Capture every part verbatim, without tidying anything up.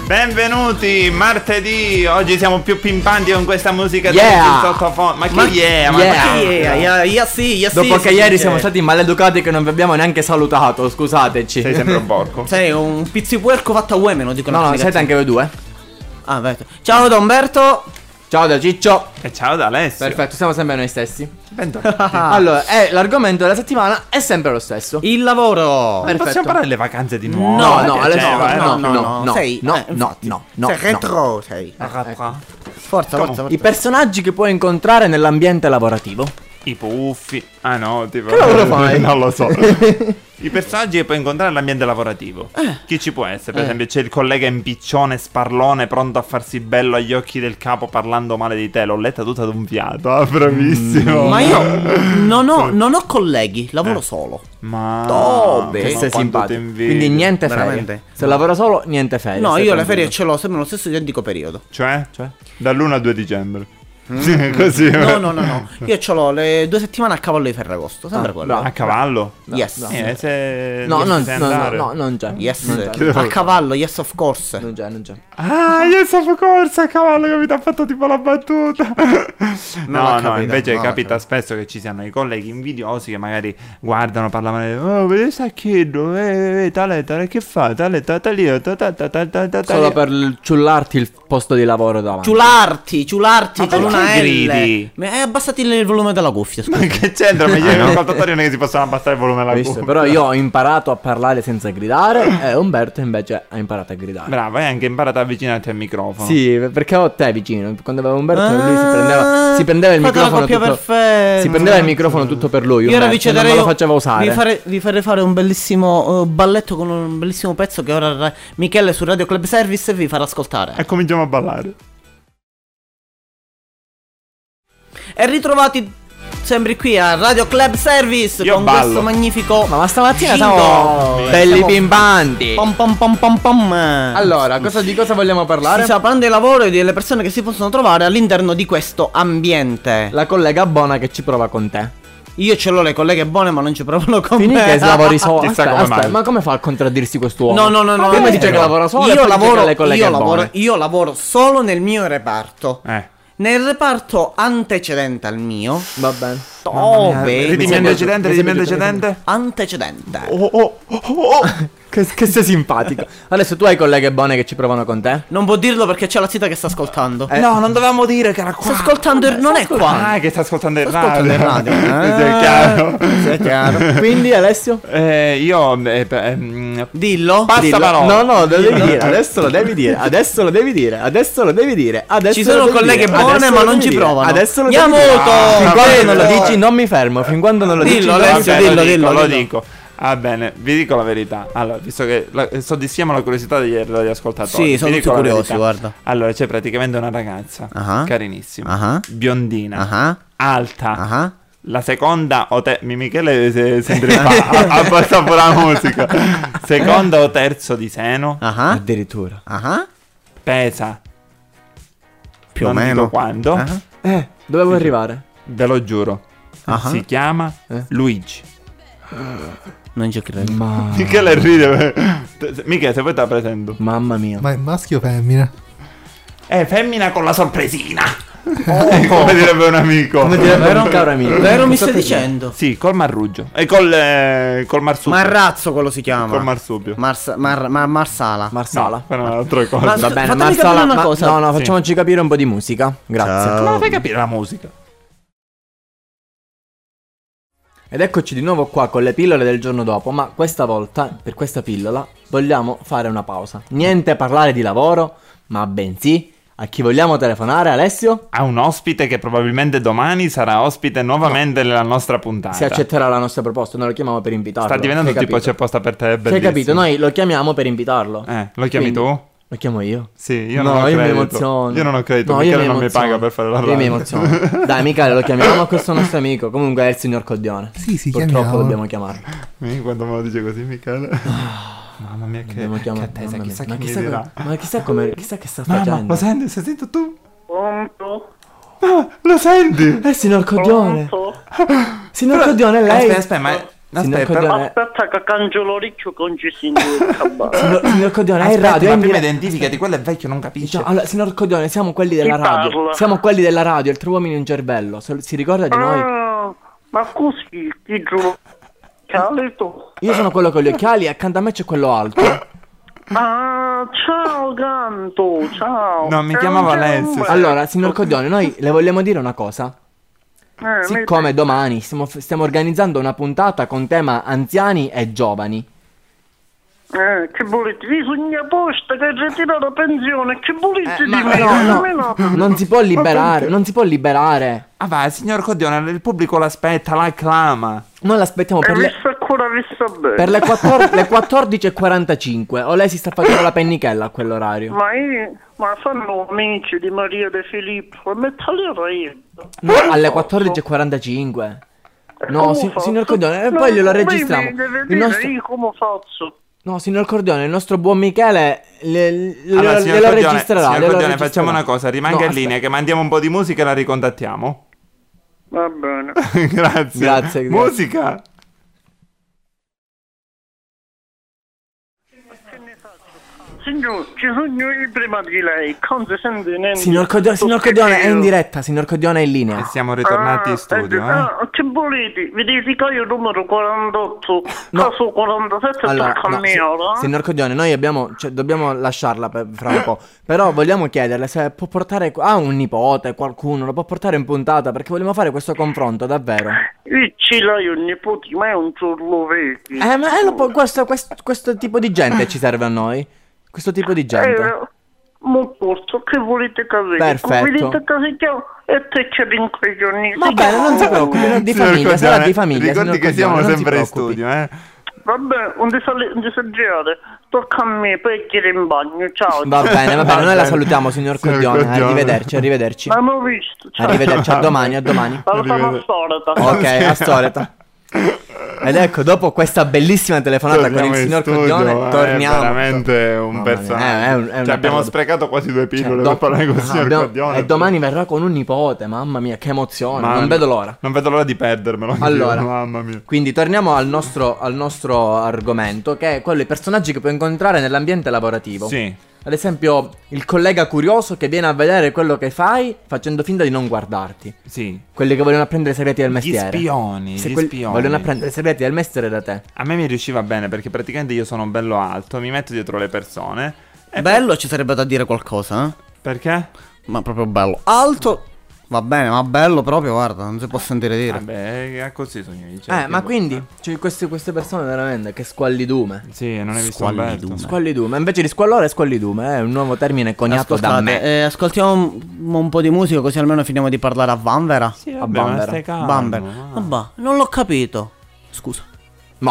Benvenuti, martedì. Oggi siamo più pimpanti con questa musica yeah. di sottofondo. Ma che ma, yeah, ma yeah. che yeah, yeah, yeah, sì, yeah, Dopo sì, che sì, ieri sì. siamo stati maleducati che non vi abbiamo neanche salutato, scusateci. Sei sempre un porco. Sei un pizzipuerco fatto a uomo, lo dicono. No, no, siete anche voi due. Ah, beh. Ciao da Umberto. Ciao da Ciccio. E ciao da Alessio. Perfetto, siamo sempre noi stessi. Bentornati. Allora, eh, l'argomento della settimana è sempre lo stesso. Il lavoro. Ma Perfetto. possiamo parlare delle vacanze di nuovo? No, Mi no, piaceva, Alessio, eh, no, no, no, no, sei, no, eh, no, infatti. no, no, sei no. retro, sei. Ecco. Forza, forza, forza. I personaggi che puoi incontrare nell'ambiente lavorativo. I puffi. Ah no, tipo. Che lavoro fai? Non lo so. I personaggi che puoi incontrare nell'ambiente lavorativo. Eh. Chi ci può essere? Per Eh. esempio, c'è il collega impiccione, sparlone, pronto a farsi bello agli occhi del capo parlando male di te. L'ho letta tutta d'un fiato. Ah, bravissimo. Ma io non ho, non ho colleghi, lavoro solo. Ma Dove? ma Che sei quanto simpatico. ti invidio. Quindi niente ferie. Veramente. Se lavora solo, niente ferie. No, stai io le tranquillo. ferie ce l'ho sempre nello stesso identico periodo. Cioè? Cioè? Dall'uno al due dicembre. Così. No, no, no, no. Io ce l'ho le due settimane a cavallo di Ferragosto. Sempre Ah, quello. bravo. A cavallo? Yes. No, Eh, se No, non non, sai no, no, andare. no, non c'è. Yes. Non c'è. A cavallo, yes of course. Non c'è, non c'è. Ah, io sono corsa a cavallo che mi ha fatto tipo la battuta. Non No, l'ho no, capita, invece non l'ho capita capita. spesso che ci siano i colleghi invidiosi che magari guardano, parlano, oh, vedi sta chiedo, eh, eh, tale, tale, che fa, tale, tale, tale, tale, tale, tale, tale, tale. Solo per l- ciullarti il posto di lavoro davanti. Ciularti, ciularti Ma con perché una L. gridi? Ma è abbassati il volume della cuffia, scusa. Ma che c'entra? Ma gli ascoltatori non è che si possono abbassare il volume alla Visto? cuffia. Però io ho imparato a parlare senza gridare e Umberto invece ha imparato a gridare. Bravo, hai anche imparato a avvicinarti al microfono. Sì, perché ho te vicino. Quando avevo Umberto lui si prendeva, si prendeva il Fate la microfono coppia tutto, perfetta. si prendeva il microfono tutto per lui. Io ora vi Umberto, non cederei me lo io- faceva usare. Vi, fare, vi farei fare un bellissimo uh, balletto con un bellissimo pezzo che ora ra- Michele su Radio Club Service vi farà ascoltare. E cominciamo a ballare. E ritrovati sempre qui a Radio Club Service Io con ballo. questo magnifico. Ma, ma stamattina jingle. siamo belli Siamo- pimpanti. Pom pom pom pom pom. Allora, cosa, di cosa vogliamo parlare? Si sta parlando di lavoro e delle persone che si possono trovare all'interno di questo ambiente. La collega Bona che ci prova con te. Io ce l'ho le colleghe buone, ma non ci provano con Finì me. che lavori solo. Chissà Aspetta, come aspetta, mai. ma come fa a contraddirsi quest'uomo? No, no, no, no. Prima no, dice no. che lavora solo e Io poi dice lavoro, che ha le colleghe io lavoro, buone. io lavoro solo nel mio reparto. Eh. Nel reparto antecedente al mio. Va bene. Dove? Ridimi sembra- antecedente, mi ridimi sembra- antecedente. Antecedente. Oh, oh, oh, oh. Che, che sei simpatico. Adesso tu hai colleghe buone che ci provano con te? Non può dirlo perché c'è la zita che sta ascoltando. Eh, No, non dovevamo dire che era qua. Sta ascoltando il... Non è qua. Ah, che sta ascoltando il Sta radio. ascoltando il radio. Sì, è chiaro. Sì, è chiaro. Quindi Alessio? Eh, io eh, pe- ehm, Dillo. Passa Dillo. parola. No, no, lo devi dire. Adesso lo devi dire. Adesso lo devi dire. Adesso lo devi dire. Adesso Ci lo sono devi colleghe dire. buone, Adesso ma lo non devi ci dire. provano. Adesso lo Yamoto! devi dire. Fin Ah, quando non lo bello. dici non mi fermo. Fin quando non lo Dillo, dici Alessio, vabbè, dillo, lo dico, dillo, lo dillo. dico. Ah, bene, vi dico la verità. Allora, visto che la, soddisfiamo la curiosità degli, degli ascoltatori. Sì, sono vi tutti dico la curiosi, verità. guarda. Allora, c'è praticamente una ragazza Ah. carinissima, Ah. biondina, Ah. alta. Ah. La seconda o te- mi Michele se, sente fa abbassa pure la musica. Seconda o terzo di seno, Ah. Addirittura. Ah. pesa Più o non meno. dico quando. Ah. Eh, dove vuoi arrivare? Ve lo giuro. Ah. Si chiama Eh? Luigi. Non ci credo. Ma... Michele ride. Michele, se vuoi te la presento. Mamma mia. Ma è maschio o femmina? È femmina con la sorpresina. Come direbbe un amico. Come direbbe un caro amico. Vero mi stai dicendo? Sì, col marruggio. E col, eh, col marsupio. Marrazzo quello si chiama. Col marsupio. Mars- mar- mar- Marsala. Marsala. No, quella è un'altra cosa. Ma- Va bene, fatemi Marsala. capire una ma- cosa. No, no, Sì. facciamoci capire un po' di musica. Grazie. Ciao. Come la fai capire la musica? Ed eccoci di nuovo qua con le pillole del giorno dopo, ma questa volta, per questa pillola, vogliamo fare una pausa. Niente parlare di lavoro, ma bensì a chi vogliamo telefonare, Alessio? Ha un ospite che probabilmente domani sarà ospite nuovamente nella nostra puntata. Si accetterà la nostra proposta, noi lo chiamiamo per invitarlo. Sta diventando Hai tipo capito? c'è posta per te, è Hai bellissimo. capito? Noi lo chiamiamo per invitarlo. Eh, lo chiami Quindi- tu? Lo chiamo io? Sì, io no, non ho io mi credito. emoziono. Io non ho credito, No, Michele io non mi emoziono. paga per fare la radio. Io mi emoziono. Dai, Michele, lo chiamiamo a questo nostro amico. Comunque è il signor Coddione. Sì, sì, Purtroppo chiamiamo. dobbiamo chiamarlo. Mi- Quando me lo dice così, Michele. Mamma mia, che, Dobbiamo che chiamarlo. attesa, Mamma mia. chissà ma chi mi chissà, dirà. co- ma chissà come chissà che sta Mamma, facendo. lo senti? Sei sentito tu? Pronto? Ah, lo senti? Eh, signor Coddione. Pronto? Signor Coddione, lei. Aspetta, aspetta, ma Signor Aspetta, Coglione, Aspetta che cangio l'orecchio con ci si indica. signor, signor Coglione, è in aspetta, radio, è ma in prima diretta. identificati, quello è vecchio, non capisce. Diciamo, allora, signor Coglione, siamo quelli della Chi radio. parla? Siamo quelli della radio, il tre uomini e un cervello. Se- Si ricorda di noi? Ah, ma così, ti giuro. Cale tu. Io sono quello con gli occhiali e accanto a me c'è quello alto. Ah, ciao Ganto, ciao. No, mi È chiamavo un Alessio. genere. Allora, signor Coglione, noi le vogliamo dire una cosa. Eh, Siccome domani stiamo, stiamo organizzando una puntata con tema anziani e giovani. Eh, che volete? Bisogna posta che ritira la pensione. Che volete Eh, di ma me? no, no, Almeno- non si può liberare, non si può liberare. Ah va, signor Coglione, il pubblico l'aspetta, l'acclama. Noi l'aspettiamo Hai per le, visto ancora visto bene? per le, quattor- le quattordici e quarantacinque. O lei si sta facendo la pennichella a quell'orario? Ma io, ma sono amici di Maria De Filippo, e mettali a ridere. No, alle quattordici e quarantacinque. No, Come si- faccio? signor Coglione, e No, poi glielo lei mi registriamo. deve Il dire nostro- io come faccio. No, signor Cordione, il nostro buon Michele le, le- Allora, le- signor glielo Coglione, registrerà. signor glielo Coglione, registrerà. facciamo una cosa, rimanga No, in aspetta. linea che mandiamo un po' di musica e la ricontattiamo. Va bene. Grazie. Grazie, grazie. Musica. Signor, ci sono io prima di lei, non si sente niente. Signor Cordione, signor Cordione è in diretta, signor Cordione è in E linea. siamo ritornati in studio, eh, eh. ah, che volete? Vedete che io numero quarantotto, No. caso quarantasette Allora, tocca a no, me si- ora. signor Cordione, noi abbiamo, cioè, dobbiamo lasciarla per, fra un po'. Però vogliamo chiederle se può portare ah, un nipote, qualcuno, lo può portare in puntata perché vogliamo fare questo confronto, davvero. Io ce l'ho un nipote, ma è un giorno vecchio. Eh, ma eh, lo può- questo, questo, questo tipo di gente ci serve a noi. Questo tipo di gente. Eh, molto, che volete che Perfetto. Volete che si chiama? E te c'è rincoglioni. Va bene, non si preoccupi, no, di Signor famiglia, sarà Coglione, di famiglia. Ricordi signor che siamo Coglione, non si sempre in preoccupi. studio, eh. Vabbè, un disaggiare. Tocca a me, poi chiede in bagno. Ciao. Va bene, va bene, noi la bene. salutiamo, signor Signor Coglione. Coglione. Arrivederci, arrivederci. L'hanno visto. Ciao. Arrivederci, a domani, a domani. La fanno storta. Ok, a storeta. Ed ecco, dopo questa bellissima telefonata con Torniamo il in signor studio, Coglione, è torniamo. veramente un Mamma mia, personaggio. è- è un- è Cioè, una abbiamo bella- sprecato quasi due Cioè, pillole do- per parlare con il no, signor abbiamo- Coglione. E domani verrà con un nipote, mamma mia, che emozione, Ma- non vedo l'ora. Non vedo l'ora di perdermelo. Allora. Mamma mia. Quindi torniamo al nostro, al nostro argomento, che è quello dei personaggi che puoi incontrare nell'ambiente lavorativo. Sì. Ad esempio, il collega curioso che viene a vedere quello che fai facendo finta di non guardarti. Sì. Quelli che vogliono apprendere i segreti del Gli mestiere. spioni, Se gli quelli spioni. vogliono apprendere i segreti del mestiere da te. A me mi riusciva bene perché praticamente io sono bello alto, mi metto dietro le persone. E Bello, ci sarebbe da dire qualcosa, eh? Perché? Ma proprio bello. Alto, va bene, ma bello proprio, guarda, non si può sentire dire. Vabbè, è così sono io. Eh, ma quindi, cioè, queste, queste persone veramente, che squallidume. Sì, non hai visto Squallidume. Umberto. Squallidume, invece di squallore è squallidume, è un nuovo termine coniato da Ascoltate, me. eh, ascoltiamo un, un po' di musica così almeno finiamo di parlare a Vanvera. Sì, A vabbè, ma Bambera. stai calmo. Bamber. ma- Vabbè, non l'ho capito. Scusa. Ma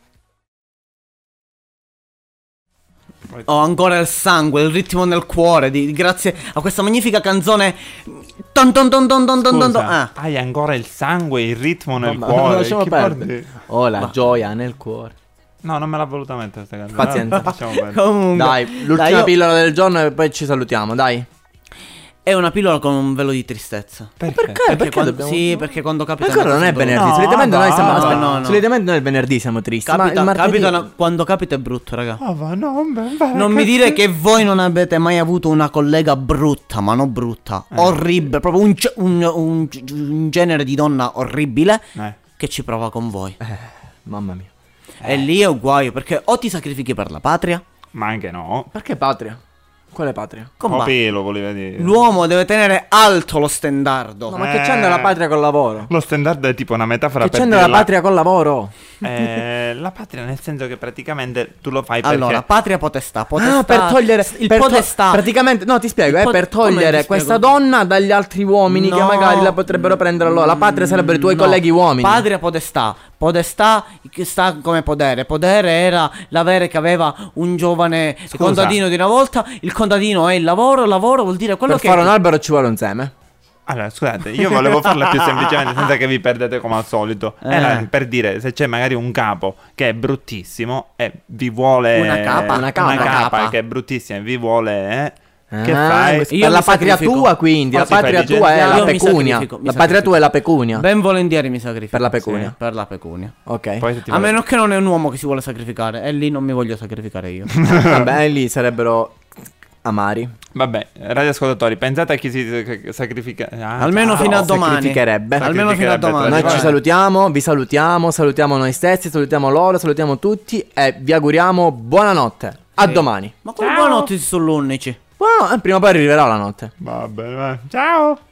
Ho ancora il sangue, il ritmo nel cuore, di, grazie a questa magnifica canzone. Ton ton ton ton ton ton ton ton. Scusa, Ah. hai ancora il sangue, il ritmo nel Vabbè, cuore. lasciamo Che perdere. parli? ho la gioia nel cuore. No, non me l'ha voluta mettere questa canzone. Pazienza. Lasciamo perdere. Comunque, Dai, l'ultima dai, io- pillola del giorno e poi ci salutiamo, dai. È una pillola con un velo di tristezza. Perché? Perché? Perché quando, dobbiamo- Sì, perché quando capita. Ancora non è venerdì, No, solitamente noi siamo va, aspetta, no, no. solitamente noi il venerdì siamo tristi, ma Capita, il martedì capita una- quando capita è brutto, raga. Ah, va, no, beh, beh, Non mi dire che voi non avete mai avuto una collega brutta, ma non brutta, Eh. orribile, proprio un, ge- un- un- un genere di donna orribile Eh. che ci prova con voi. Mamma mia. E lì è un guaio, perché o ti sacrifichi per la patria, Ma anche no. Perché patria? Quale patria? com'è? O pelo, voleva dire. L'uomo deve tenere alto lo stendardo. No, ma che Eh. c'entra la patria col lavoro? Lo standard è tipo una metafora Che per c'entra dire la patria col lavoro? Eh, la patria nel senso che praticamente tu lo fai perché... Allora, patria potestà, potestà. Ah, per togliere il per to- podestà. praticamente, no, ti spiego, Il è po- per come togliere ti questa spiego? donna dagli altri uomini che No. magari la potrebbero prendere loro. La patria sarebbero i tuoi No. colleghi uomini. Patria potestà. Podestà che sta come podere. Podere era l'avere che aveva un giovane Scusa. contadino di una volta. Il contadino è il lavoro. Il lavoro vuol dire quello Per che fare un albero ci vuole un seme. Allora, scusate, io volevo farla più semplicemente senza che vi perdete come al solito. Eh. Era per dire, se c'è magari un capo che è bruttissimo e vi vuole... Una capa. Una capa. Una Una capa capa. che è bruttissima e vi vuole... eh, Che Ah, fai? questo- Io per mi la patria sacrifico. tua, quindi. Oh, La si fai patria tua è licenziare. la Io mi pecunia. sacrifico, mi La patria tua è la pecunia. Ben volentieri mi sacrifico. Per la pecunia. Sì, per la pecunia. Ok. Poi se ti A va- meno che non è un uomo che si vuole sacrificare. E lì non mi voglio sacrificare io. Vabbè, lì sarebbero amari. Vabbè, radioascoltatori, pensate a chi si sacrifica. Ah, Almeno ciao. fino a domani. sacrificherebbe. Almeno fino a Sacrificherebbe, domani. Noi vai. ci salutiamo, vi salutiamo, salutiamo noi stessi, salutiamo loro, salutiamo tutti e vi auguriamo buonanotte. A Sì. domani. Ma come buonanotte si sono l'unici. Buono- eh, prima o poi arriverà la notte. Va bene, vai. Ciao.